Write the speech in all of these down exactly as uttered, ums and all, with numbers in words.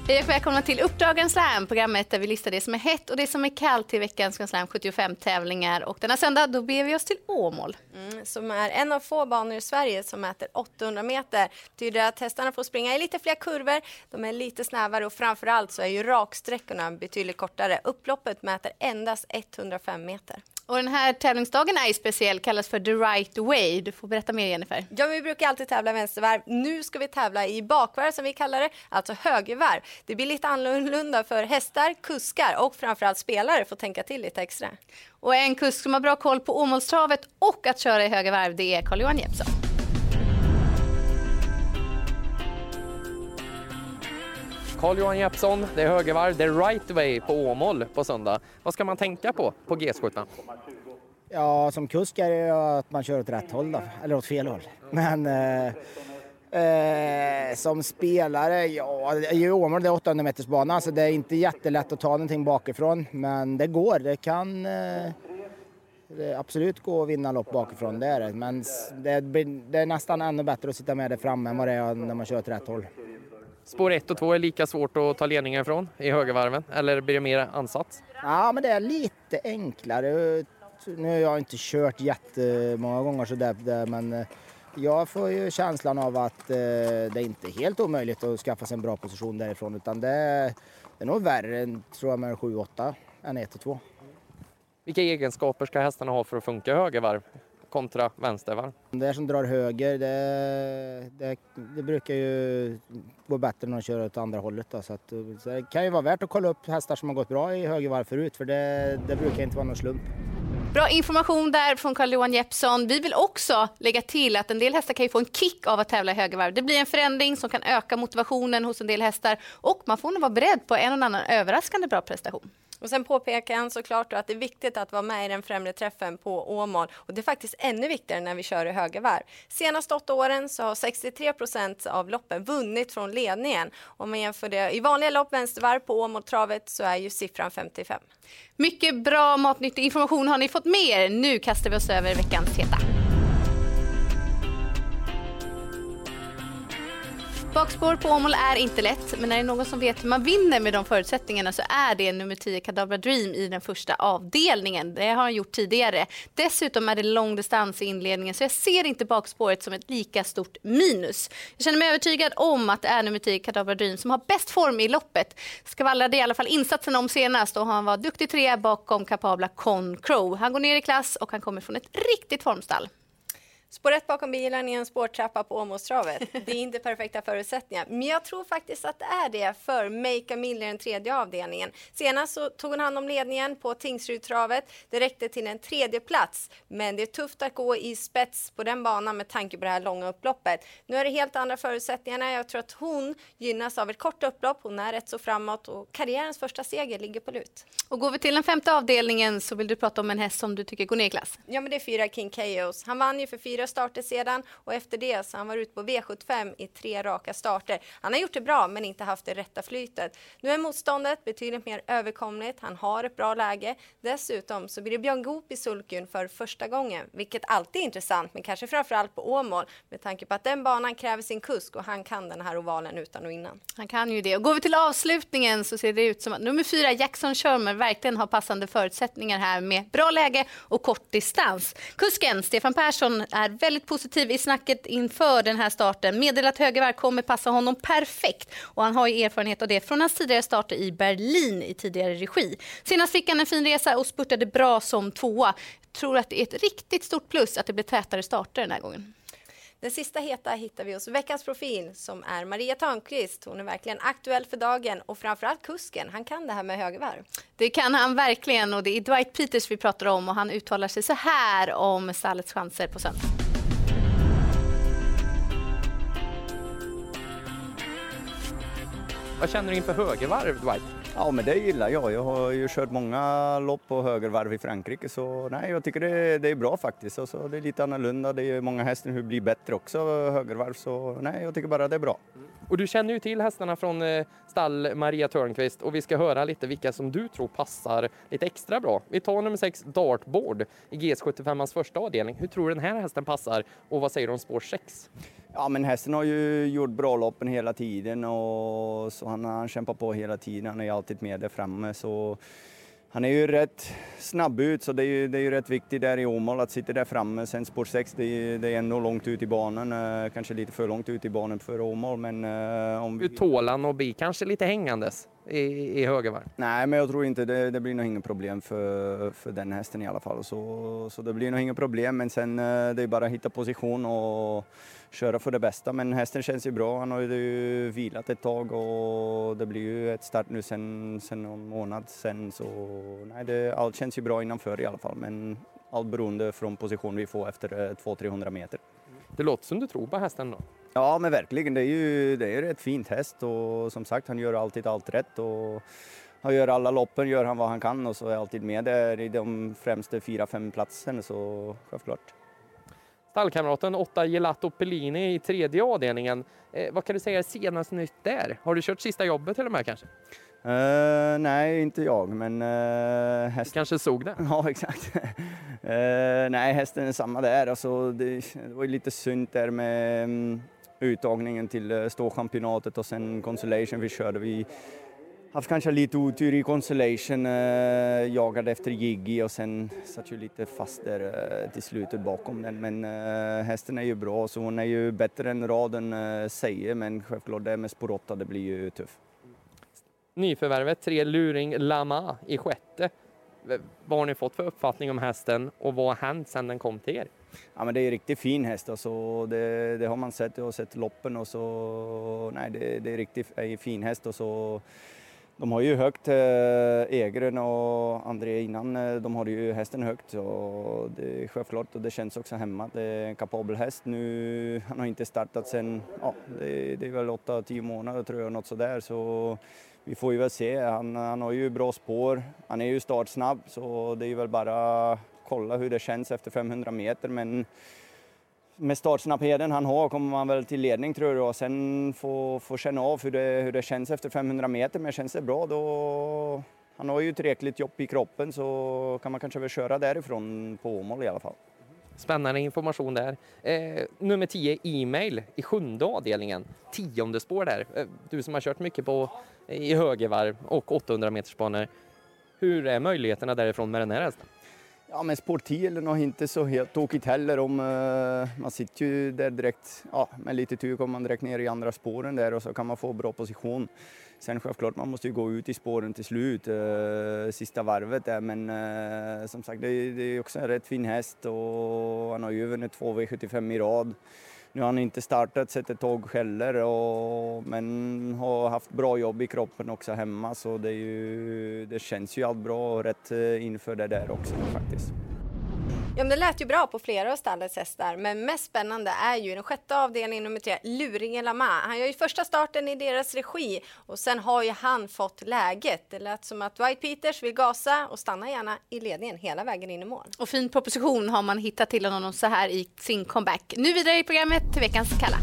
Hej och välkomna till Uppdrag Grand Slam, programmet där vi listar det som är hett och det som är kallt till veckans Grand Slam sjuttiofem tävlingar. Och denna söndag då ber vi oss till Åmål. Mm, som är en av få banor i Sverige som mäter åttahundra meter. Tyder att hästarna får springa i lite fler kurvor, de är lite snävare och framförallt så är ju raksträckorna betydligt kortare. Upploppet mäter endast etthundrafem meter. Och den här tävlingsdagen är ju speciell, kallas för The Right Way. Du får berätta mer, Jennifer. Ja, vi brukar alltid tävla vänstervarv. Nu ska vi tävla i bakvarv som vi kallar det, alltså högervarv. Det blir lite annorlunda för hästar, kuskar och framförallt spelare får tänka till lite extra. Och en kusk som har bra koll på Åmålstravet och att köra i högervarv, det är Carl-Johan Jeppsson. Carl-Johan Jeppsson, det är högervarv, the right way på Åmål på söndag. Vad ska man tänka på på G sjuttio? Ja, som kusk är det att man kör åt rätt håll då, eller åt fel håll. Men eh, eh, som spelare, ja, i Åmål det är åttahundra meters bana så det är inte jättelätt att ta någonting bakifrån. Men det går, det kan eh, det absolut gå att vinna lopp bakifrån, det är det. Men det, det är nästan ännu bättre att sitta med det framme än vad det är när man kör åt rätt håll. Spår ett och två är lika svårt att ta ledningen ifrån i högervarven, eller blir det mer ansats? Ja, men det är lite enklare. Nu har jag inte kört jättemånga gånger så där, men jag får ju känslan av att det är inte helt omöjligt att skaffa sig en bra position därifrån, utan det är, det är nog värre tror jag med sju åtta än ett och två. Vilka egenskaper ska hästarna ha för att funka i högervarv kontra vänstervarv? Det som drar höger, det, det, det brukar ju gå bättre när de kör åt andra hållet. Då, så, att, så det kan ju vara värt att kolla upp hästar som har gått bra i högervarv förut, för det, det brukar inte vara någon slump. Bra information där från Carl-Johan Jeppsson. Vi vill också lägga till att en del hästar kan ju få en kick av att tävla i högervarv. Det blir en förändring som kan öka motivationen hos en del hästar och man får nog vara beredd på en och annan överraskande bra prestation. Och sen påpekar han såklart att det är viktigt att vara med i den främre träffen på Åmål. Och det är faktiskt ännu viktigare när vi kör i högervarv. Senaste åtta åren så har sextiotre procent av loppen vunnit från ledningen. Om man jämför det i vanliga lopp vänstervarv på Åmåltravet så är ju siffran femtiofem. Mycket bra matnyttig information har ni fått med er. Nu kastar vi oss över veckans heta. Bakspår på Åmål är inte lätt, men när det är någon som vet hur man vinner med de förutsättningarna så är det nummer tio Kadabra Dream i den första avdelningen. Det har han gjort tidigare. Dessutom är det långdistans i inledningen så jag ser inte bakspåret som ett lika stort minus. Jag känner mig övertygad om att det är nummer tio Kadabra Dream som har bäst form i loppet. Skvallrade i alla fall insatsen om senast och han var duktig trea bakom kapabla Con Crow. Han går ner i klass och han kommer från ett riktigt formstall. Spår ett bakom bilen i en spårtrappa på Åmålstravet. Det är inte perfekta förutsättningar. Men jag tror faktiskt att det är det för Make a Miller, den tredje avdelningen. Senast så tog hon hand om ledningen på Tingsrydtravet. Det räckte till en tredje plats. Men det är tufft att gå i spets på den banan med tanke på det här långa upploppet. Nu är det helt andra förutsättningar. Jag tror att hon gynnas av ett kort upplopp. Hon är rätt så framåt och karriärens första seger ligger på lut. Och går vi till den femte avdelningen så vill du prata om en häst som du tycker går ner i klass. Ja, men det är fyra King Chaos. Han vann ju för fyra starter sedan och efter det så han var ute på V sjuttiofem i tre raka starter. Han har gjort det bra men inte haft det rätta flytet. Nu är motståndet betydligt mer överkomligt. Han har ett bra läge. Dessutom så blir det Björn Goop i sulken för första gången, vilket alltid är intressant men kanske framförallt på Åmål med tanke på att den banan kräver sin kusk och han kan den här ovalen utan och innan. Han kan ju det. Och går vi till avslutningen så ser det ut som att nummer fyra Jackson Shermer verkligen har passande förutsättningar här med bra läge och kort distans. Kusken Stefan Persson är väldigt positiv i snacket inför den här starten. Meddelar att högervarv kommer passa honom perfekt och han har ju erfarenhet av det från hans tidigare starter i Berlin i tidigare regi. Senast fick han en fin resa och spurtade bra som tvåa. Jag tror att det är ett riktigt stort plus att det blir tätare starter den här gången. Den sista heta hittar vi hos veckans profil som är Maria Törnqvist. Hon är verkligen aktuell för dagen och framförallt kusken. Han kan det här med högervarv. Det kan han verkligen och det är Dwight Peters vi pratar om och han uttalar sig så här om stallets chanser på söndag. Vad känner du inför högervarv, Dwight? Ja, men det gillar jag. Jag har ju kört många lopp på högervarv i Frankrike så nej, jag tycker det, det är bra faktiskt. Och så det är lite annorlunda. Det är många hästar hur blir bättre också högervarv så nej, jag tycker bara det är bra. Och du känner ju till hästarna från eh, stall Maria Törnqvist och vi ska höra lite vilka som du tror passar lite extra bra. Vi tar nummer sex Dartboard i G S sjuttiofemans första avdelning. Hur tror du den här hästen passar och vad säger du om spår sex? Ja, men hästen har ju gjort bra loppen hela tiden och så han, han kämpar på hela tiden. Han är ju alltid med där framme så han är ju rätt snabb ut så det är ju, det är ju rätt viktigt där i Åmål att sitta där framme. Sen spår sex det är, det är ändå långt ut i banan, eh, kanske lite för långt ut i banan för Åmål men eh, om vi... Tålan och bli kanske lite hängandes i, i högervarv. Nej, men jag tror inte det, det blir nog inget problem för, för den hästen i alla fall. Så, så det blir nog inget problem, men sen eh, det är bara att hitta position och köra för det bästa. Men hästen känns ju bra, han har ju vilat ett tag och det blir ju ett start nu sen, sen någon månad sen. Så nej, det, allt känns ju bra innanför i alla fall, men allt beroende från position vi får efter två till trehundra meter. Det låter som du tror på hästen då? Ja, men verkligen. Det är ju det är ett fint häst och som sagt, han gör alltid allt rätt och han gör alla loppen, gör han vad han kan och så är alltid med där i de främsta fyra, fem platserna så självklart. Stallkamraten åtta Gelato Pellini i tredje avdelningen. Eh, vad kan du säga senast nytt där? Har du kört sista jobbet till och med kanske? Uh, nej, inte jag, men uh, hästen... Kanske såg det? Ja, exakt. uh, nej, hästen är samma där. Alltså, det, det var ju lite synd där med um, uttagningen till uh, ståchampionatet och sen Consolation vi körde. Vi haft kanske lite otur i Consolation, uh, jagade efter Giggi och sen satt ju lite fast där uh, till slutet bakom den. Men uh, hästen är ju bra, så hon är ju bättre än raden uh, säger, men självklart det med spår åtta, det blir ju tufft. Nyförvärvet tre Luring Lama i sjätte. Vad har ni fått för uppfattning om hästen och vad har hänt sedan den kom till er? Ja, men det är en riktigt fin häst. Alltså, det, det har man sett. Jag har sett loppen och så... Nej, det, det är riktigt en fin häst och så... De har ju högt, eh, Egren och André innan, de har ju hästen högt och det är självklart och det känns också hemma. Det är en kapabel häst nu, han har inte startat sen, ja, det, det är väl åtta, tio månader tror jag, något sådär så vi får ju väl se. Han, han har ju bra spår, han är ju startsnabb så det är väl bara kolla hur det känns efter femhundra meter men med startsnabbheten han har kommer man väl till ledning tror jag och sen få, få känna av hur det, hur det känns efter femhundra meter. Men känns det bra då, han har ju tillräckligt jobb i kroppen så kan man kanske väl köra därifrån på Åmål i alla fall. Spännande information där. Eh, nummer tio e-mail i sjunde avdelningen, tionde spår där. Eh, du som har kört mycket på i högervarv och åttahundra meters banor. Hur är möjligheterna därifrån med den här hästen? Ja, men spår tio är nog inte så helt tokigt heller om uh, man sitter ju där direkt, ja, med lite tur kommer man direkt ner i andra spåren där och så kan man få bra position. Sen självklart man måste ju gå ut i spåren till slut, uh, sista varvet där, men uh, som sagt det är, det är också en rätt fin häst och han har ju vunnit två V sjuttiofem i rad. Nu har han inte startat sett ett tåg heller och, men har haft bra jobb i kroppen också hemma så det, är ju, det känns ju allt bra och rätt inför det där också faktiskt. Ja, men det lät ju bra på flera av stallets hästar, men mest spännande är ju den sjätte avdelningen nummer tre, Luring Lama. Han gör ju första starten i deras regi och sen har ju han fått läget. Det lät som att White Peters vill gasa och stanna gärna i ledningen hela vägen in i mål. Och fin proposition har man hittat till honom så här i sin comeback. Nu vidare i programmet till veckans kalla.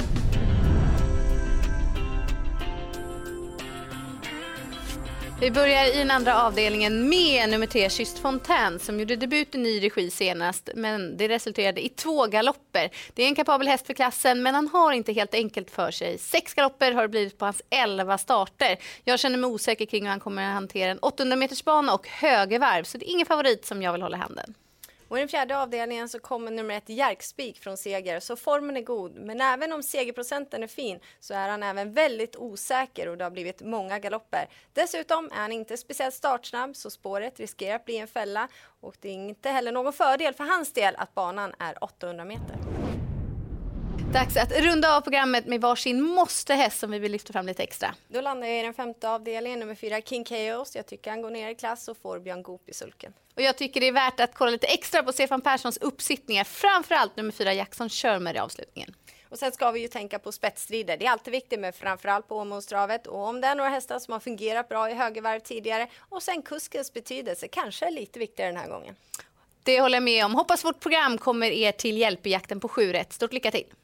Vi börjar i den andra avdelningen med nummer tre, Kyst Fontaine, som gjorde debut i ny regi senast, men det resulterade i två galopper. Det är en kapabel häst för klassen, men han har inte helt enkelt för sig. Sex galopper har det blivit på hans elva starter. Jag känner mig osäker kring hur han kommer att hantera en åttahundra meters bana och högervarv, så det är ingen favorit som jag vill hålla handen. Och i den fjärde avdelningen så kommer nummer ett Järkspik från seger, så formen är god. Men även om segerprocenten är fin så är han även väldigt osäker och det har blivit många galopper. Dessutom är han inte speciellt startsnabb så spåret riskerar att bli en fälla. Och det är inte heller någon fördel för hans del att banan är åttahundra meter. Dags att runda av programmet med varsin måste-häst som vi vill lyfta fram lite extra. Då landar jag i den femte avdelningen, nummer fyra King Chaos. Jag tycker han går ner i klass och får Björn Goop i sulken. Och jag tycker det är värt att kolla lite extra på Stefan Perssons uppsittningar. Framförallt nummer fyra Jackson Shermer i avslutningen. Och sen ska vi ju tänka på spetsstrider. Det är alltid viktigt med framförallt på Åmålstravet. Och om det är några hästar som har fungerat bra i högervarv tidigare. Och sen kuskens betydelse kanske är lite viktigare den här gången. Det håller jag med om. Hoppas vårt program kommer er till hjälp i jakten på sju rätt. Stort lycka till!